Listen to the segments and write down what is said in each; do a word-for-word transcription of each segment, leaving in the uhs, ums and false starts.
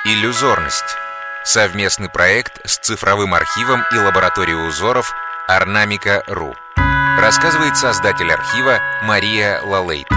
Иллюзорность. Совместный проект с цифровым архивом и лабораторией узоров Орнамика точка ру. Рассказывает создатель архива Мария Лалейт.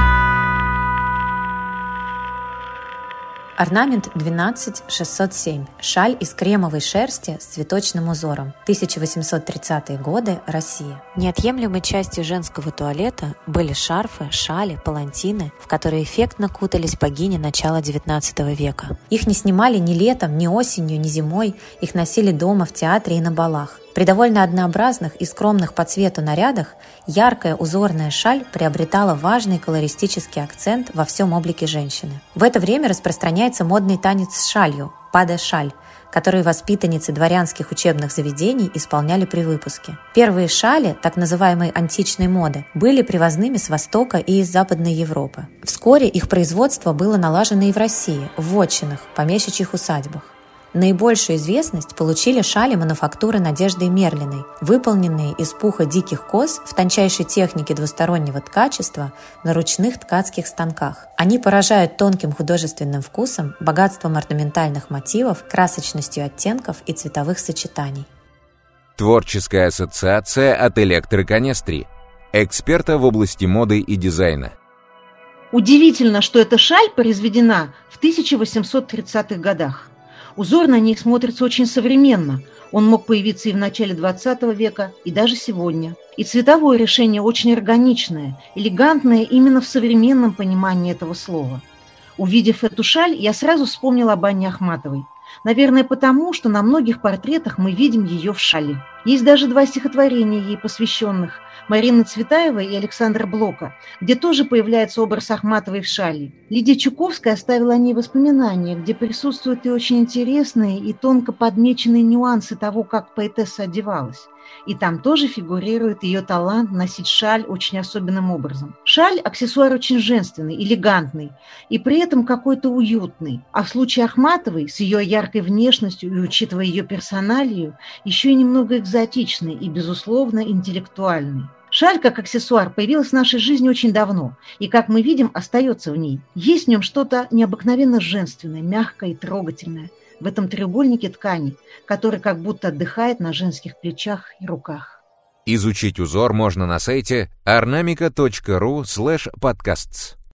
Орнамент двенадцать шестьсот семь. Шаль из кремовой шерсти с цветочным узором. тысяча восемьсот тридцатые годы. Россия. Неотъемлемой частью женского туалета были шарфы, шали, палантины, в которые эффектно кутались богини начала девятнадцатого века. Их не снимали ни летом, ни осенью, ни зимой. Их носили дома, в театре и на балах. При довольно однообразных и скромных по цвету нарядах яркая узорная шаль приобретала важный колористический акцент во всем облике женщины. В это время распространяется модный танец с шалью – паде-шаль, который воспитанницы дворянских учебных заведений исполняли при выпуске. Первые шали, так называемой античной моды, были привозными с Востока и из Западной Европы. Вскоре их производство было налажено и в России, в вотчинах, помещичьих усадьбах. Наибольшую известность получили шали мануфактуры Надежды Мерлиной, выполненные из пуха диких коз в тончайшей технике двустороннего ткачества на ручных ткацких станках. Они поражают тонким художественным вкусом, богатством орнаментальных мотивов, красочностью оттенков и цветовых сочетаний. Творческая ассоциация от Электроканестри, эксперта в области моды и дизайна. Удивительно, что эта шаль произведена в тысяча восемьсот тридцатых годах. Узор на них смотрится очень современно. Он мог появиться и в начале двадцатого века, и даже сегодня. И цветовое решение очень органичное, элегантное именно в современном понимании этого слова. Увидев эту шаль, я сразу вспомнила об Анне Ахматовой. Наверное, потому, что на многих портретах мы видим ее в шали. Есть даже два стихотворения ей посвященных – Марины Цветаевой и Александра Блока, где тоже появляется образ Ахматовой в шали. Лидия Чуковская оставила о ней воспоминания, где присутствуют и очень интересные и тонко подмеченные нюансы того, как поэтесса одевалась. И там тоже фигурирует ее талант носить шаль очень особенным образом. Шаль – аксессуар очень женственный, элегантный и при этом какой-то уютный. А в случае Ахматовой, с ее яркой внешностью и учитывая ее персоналию, еще и немного экзотичный и, безусловно, интеллектуальный. Шаль как аксессуар появилась в нашей жизни очень давно и, как мы видим, остается в ней. Есть в нем что-то необыкновенно женственное, мягкое и трогательное. В этом треугольнике ткани, который как будто отдыхает на женских плечах и руках. Изучить узор можно на сайте орнамика точка ру слэш подкастс.